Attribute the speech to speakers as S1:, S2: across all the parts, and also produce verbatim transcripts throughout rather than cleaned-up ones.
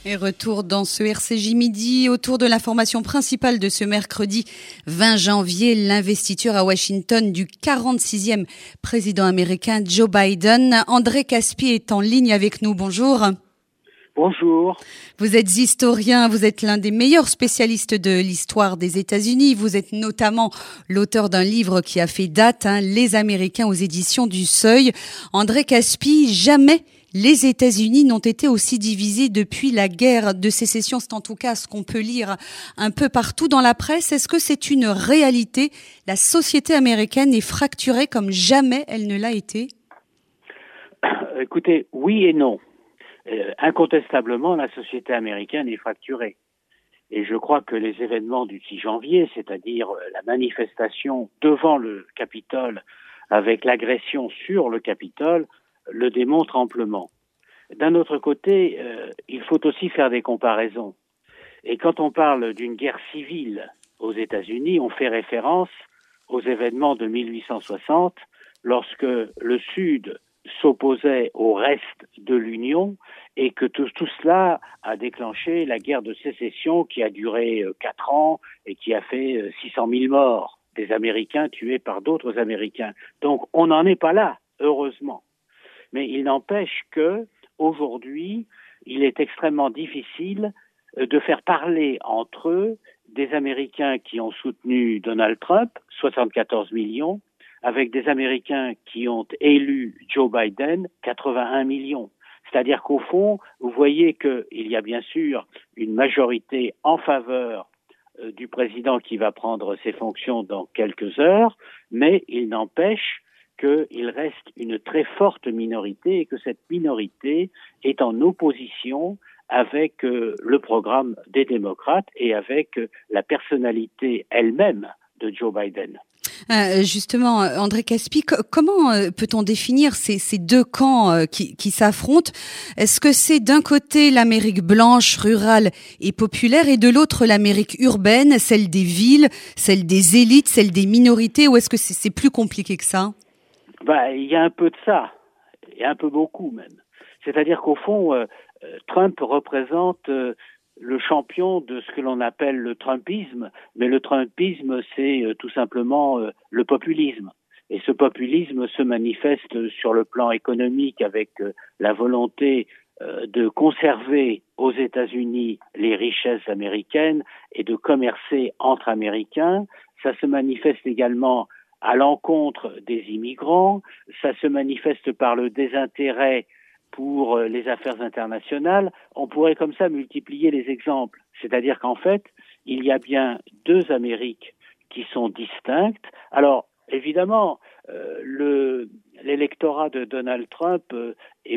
S1: Et retour dans ce R C J Midi, autour de l'information principale de ce mercredi vingt janvier, l'investiture à Washington du quarante-sixième président américain Joe Biden. André Caspy est en ligne avec nous. Bonjour.
S2: Bonjour.
S1: Vous êtes historien, vous êtes l'un des meilleurs spécialistes de l'histoire des États-Unis. Vous êtes notamment l'auteur d'un livre qui a fait date, hein, Les Américains aux éditions du Seuil. André Caspy, jamais les États-Unis n'ont été aussi divisés depuis la guerre de sécession. C'est en tout cas ce qu'on peut lire un peu partout dans la presse. Est-ce que c'est une réalité? La société américaine est fracturée comme jamais elle ne l'a été?
S2: Écoutez, oui et non. Euh, incontestablement, la société américaine est fracturée. Et je crois que les événements du six janvier, c'est-à-dire la manifestation devant le Capitole avec l'agression sur le Capitole, le démontrent amplement. D'un autre côté, euh, il faut aussi faire des comparaisons. Et quand on parle d'une guerre civile aux États-Unis, on fait référence aux événements de mille huit cent soixante, lorsque le Sud s'opposait au reste de l'Union et que tout, tout cela a déclenché la guerre de sécession qui a duré euh, quatre ans et qui a fait euh, six cent mille morts, des Américains tués par d'autres Américains. Donc on n'en est pas là, heureusement. Mais il n'empêche que aujourd'hui, il est extrêmement difficile de faire parler entre eux des Américains qui ont soutenu Donald Trump, soixante-quatorze millions, avec des Américains qui ont élu Joe Biden, quatre-vingt-un millions. C'est-à-dire qu'au fond, vous voyez qu'il y a bien sûr une majorité en faveur euh, du président qui va prendre ses fonctions dans quelques heures, mais il n'empêche qu'il reste une très forte minorité et que cette minorité est en opposition avec euh, le programme des démocrates et avec euh, la personnalité elle-même de Joe Biden.
S1: Euh, justement, André Caspy, co- comment euh, peut-on définir ces, ces deux camps euh, qui, qui s'affrontent? Est-ce que c'est d'un côté l'Amérique blanche, rurale et populaire, et de l'autre l'Amérique urbaine, celle des villes, celle des élites, celle des minorités, ou est-ce que c'est, c'est plus compliqué que ça?
S2: Bah, il y a un peu de ça, et un peu beaucoup même. C'est-à-dire qu'au fond, euh, Trump représente euh, le champion de ce que l'on appelle le Trumpisme, mais le Trumpisme, c'est euh, tout simplement euh, le populisme. Et ce populisme se manifeste sur le plan économique avec euh, la volonté euh, de conserver aux États-Unis les richesses américaines et de commercer entre Américains. Ça se manifeste également à l'encontre des immigrants, ça se manifeste par le désintérêt pour les affaires internationales. On pourrait comme ça multiplier les exemples. C'est-à-dire qu'en fait, il y a bien deux Amériques qui sont distinctes. Alors, évidemment, euh, le, l'électorat de Donald Trump euh, est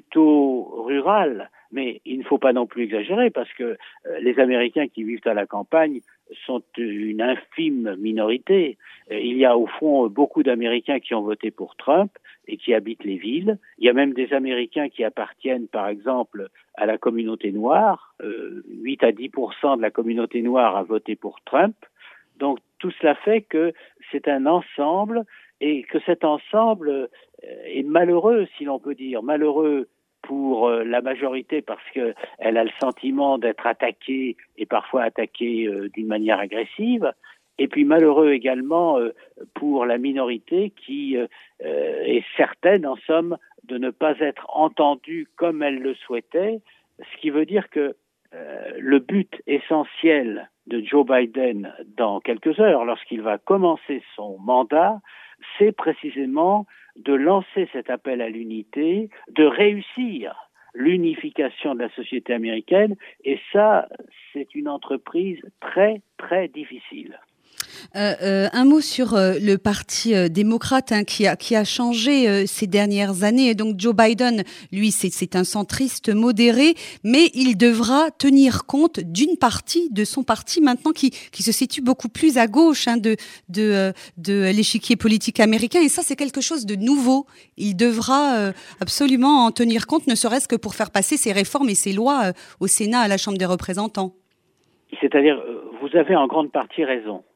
S2: plutôt rural, mais il ne faut pas non plus exagérer parce que euh, les Américains qui vivent à la campagne sont une infime minorité. Il y a au fond beaucoup d'Américains qui ont voté pour Trump et qui habitent les villes. Il y a même des Américains qui appartiennent, par exemple, à la communauté noire. Euh, huit à dix pour cent de la communauté noire a voté pour Trump. Donc tout cela fait que c'est un ensemble et que cet ensemble est malheureux, si l'on peut dire, malheureux pour la majorité parce qu'elle a le sentiment d'être attaquée et parfois attaquée euh, d'une manière agressive, et puis malheureux également euh, pour la minorité qui euh, est certaine, en somme, de ne pas être entendue comme elle le souhaitait, ce qui veut dire que euh, le but essentiel de Joe Biden dans quelques heures, lorsqu'il va commencer son mandat, c'est précisément de lancer cet appel à l'unité, de réussir l'unification de la société américaine, et ça, c'est une entreprise très, très difficile.
S1: Euh, euh, un mot sur euh, le Parti euh, démocrate hein, qui a qui a changé euh, ces dernières années. Et donc Joe Biden, lui, c'est c'est un centriste modéré, mais il devra tenir compte d'une partie de son parti maintenant qui qui se situe beaucoup plus à gauche hein, de de euh, de l'échiquier politique américain. Et ça, c'est quelque chose de nouveau. Il devra euh, absolument en tenir compte, ne serait-ce que pour faire passer ses réformes et ses lois euh, au Sénat, à la Chambre des représentants.
S2: C'est-à-dire, vous avez en grande partie raison.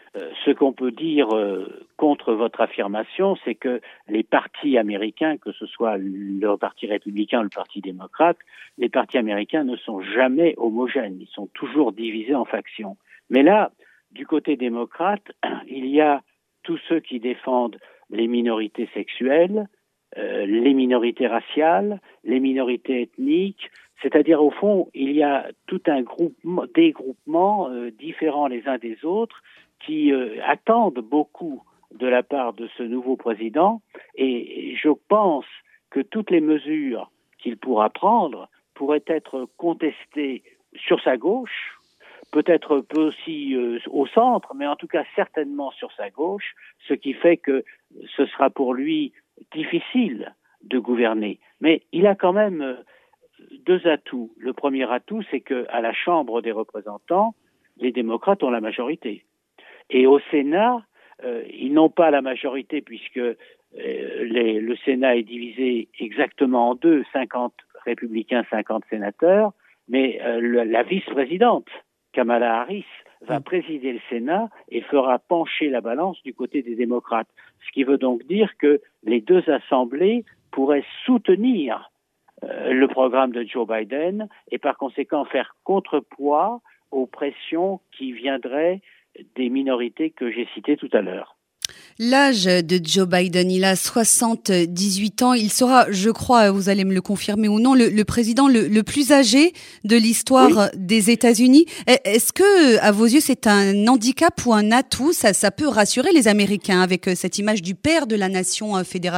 S2: Euh, ce qu'on peut dire euh, contre votre affirmation, c'est que les partis américains, que ce soit le parti républicain ou le parti démocrate, les partis américains ne sont jamais homogènes, ils sont toujours divisés en factions. Mais là, du côté démocrate, il y a tous ceux qui défendent les minorités sexuelles, euh, les minorités raciales, les minorités ethniques, c'est-à-dire au fond, il y a tout un groupement, des groupements euh, différents les uns des autres qui euh, attendent beaucoup de la part de ce nouveau président, et je pense que toutes les mesures qu'il pourra prendre pourraient être contestées sur sa gauche, peut-être peu aussi euh, au centre, mais en tout cas certainement sur sa gauche, ce qui fait que ce sera pour lui difficile de gouverner. Mais il a quand même euh, deux atouts. Le premier atout, c'est qu'à la Chambre des représentants, les démocrates ont la majorité. Et au Sénat, euh, ils n'ont pas la majorité puisque euh, les, le Sénat est divisé exactement en deux, cinquante républicains, cinquante sénateurs, mais euh, le, la vice-présidente, Kamala Harris, va présider le Sénat et fera pencher la balance du côté des démocrates. Ce qui veut donc dire que les deux assemblées pourraient soutenir euh, le programme de Joe Biden et par conséquent faire contrepoids aux pressions qui viendraient des minorités que j'ai citées tout à l'heure.
S1: L'âge de Joe Biden, il a soixante-dix-huit ans. Il sera, je crois, vous allez me le confirmer ou non, le, le président le, le plus âgé de l'histoire oui. des États-Unis. Est-ce que, à vos yeux, c'est un handicap ou un atout ? Ça, ça peut rassurer les Américains avec cette image du père de la nation fédérateur ?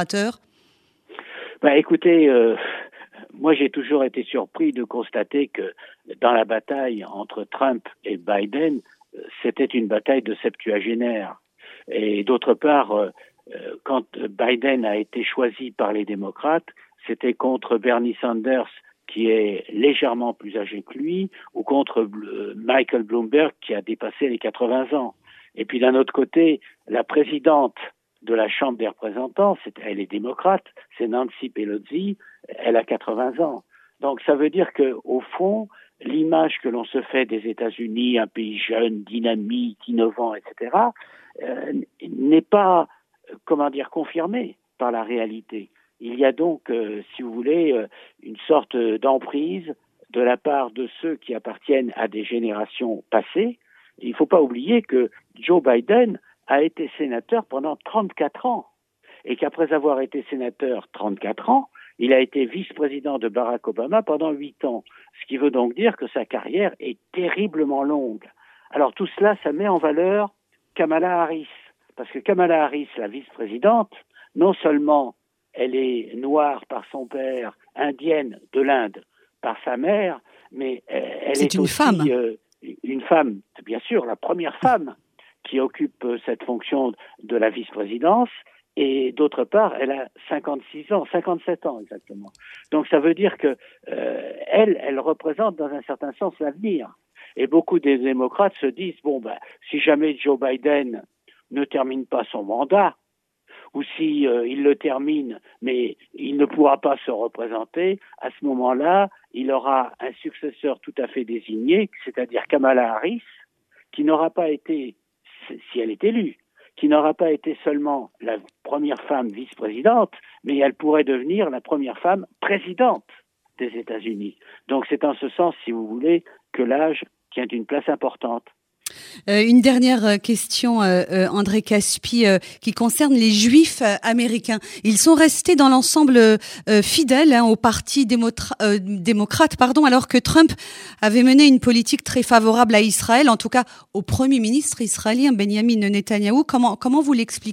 S2: Bah, écoutez, euh, moi j'ai toujours été surpris de constater que dans la bataille entre Trump et Biden, c'était une bataille de septuagénaires. Et d'autre part, euh, quand Biden a été choisi par les démocrates, c'était contre Bernie Sanders, qui est légèrement plus âgé que lui, ou contre Michael Bloomberg, qui a dépassé les quatre-vingts ans. Et puis d'un autre côté, la présidente de la Chambre des représentants, c'est, elle est démocrate, c'est Nancy Pelosi, elle a quatre-vingts ans. Donc ça veut dire que au fond, l'image que l'on se fait des États-Unis, un pays jeune, dynamique, innovant, et cetera, euh, n'est pas, comment dire, confirmée par la réalité. Il y a donc, euh, si vous voulez, euh, une sorte d'emprise de la part de ceux qui appartiennent à des générations passées. Il ne faut pas oublier que Joe Biden a été sénateur pendant trente-quatre ans et qu'après avoir été sénateur trente-quatre ans, il a été vice-président de Barack Obama pendant huit ans, ce qui veut donc dire que sa carrière est terriblement longue. Alors tout cela, ça met en valeur Kamala Harris, parce que Kamala Harris, la vice-présidente, non seulement elle est noire par son père, indienne de l'Inde par sa mère, mais elle
S1: C'est
S2: est
S1: une
S2: aussi
S1: femme.
S2: Euh, une femme, bien sûr, la première femme qui occupe cette fonction de la vice-présidence. Et d'autre part, elle a cinquante-six ans, cinquante-sept ans exactement. Donc ça veut dire que euh, elle, elle représente dans un certain sens l'avenir. Et beaucoup des démocrates se disent bon ben si jamais Joe Biden ne termine pas son mandat, ou si euh, il le termine, mais il ne pourra pas se représenter, à ce moment-là, il aura un successeur tout à fait désigné, c'est-à-dire Kamala Harris, qui n'aura pas été, si elle est élue, qui n'aura pas été seulement la première femme vice-présidente, mais elle pourrait devenir la première femme présidente des États-Unis. Donc c'est en ce sens, si vous voulez, que l'âge tient une place importante.
S1: Euh, une dernière question, euh, euh, André Caspi, euh, qui concerne les Juifs euh, américains. Ils sont restés dans l'ensemble euh, fidèles hein, au parti démotra- euh, démocrate, pardon, alors que Trump avait mené une politique très favorable à Israël, en tout cas au Premier ministre israélien Benjamin Netanyahou. Comment, comment vous l'expliquez ?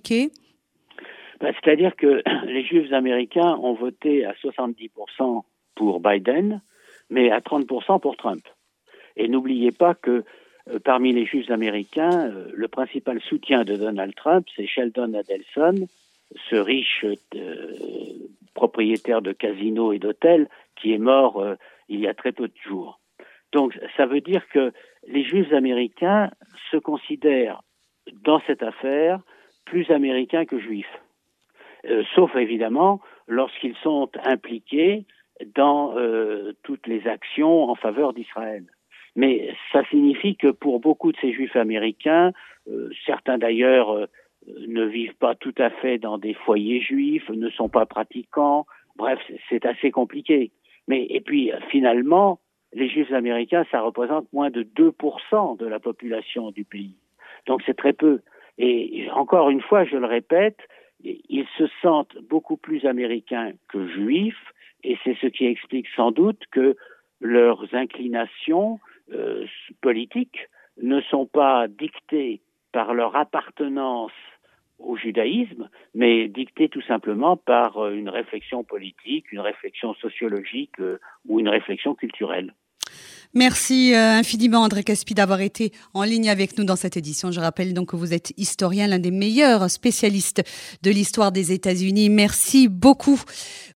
S2: Ben, c'est-à-dire que les Juifs américains ont voté à soixante-dix pour cent pour Biden, mais à trente pour cent pour Trump. Et n'oubliez pas que Euh, parmi les Juifs américains, euh, le principal soutien de Donald Trump, c'est Sheldon Adelson, ce riche euh, propriétaire de casinos et d'hôtels qui est mort euh, il y a très peu de jours. Donc ça veut dire que les Juifs américains se considèrent dans cette affaire plus américains que juifs, euh, sauf évidemment lorsqu'ils sont impliqués dans euh, toutes les actions en faveur d'Israël. Mais ça signifie que pour beaucoup de ces juifs américains, euh, certains d'ailleurs euh, ne vivent pas tout à fait dans des foyers juifs, ne sont pas pratiquants, bref, c'est assez compliqué. Mais et puis finalement, les juifs américains, ça représente moins de deux pour cent de la population du pays. Donc c'est très peu. Et encore une fois, je le répète, ils se sentent beaucoup plus américains que juifs, et c'est ce qui explique sans doute que leurs inclinations euh, politiques ne sont pas dictées par leur appartenance au judaïsme, mais dictées tout simplement par une réflexion politique, une réflexion sociologique euh, ou une réflexion culturelle.
S1: Merci euh, infiniment André Caspi d'avoir été en ligne avec nous dans cette édition. Je rappelle donc que vous êtes historien, l'un des meilleurs spécialistes de l'histoire des États-Unis. Merci beaucoup.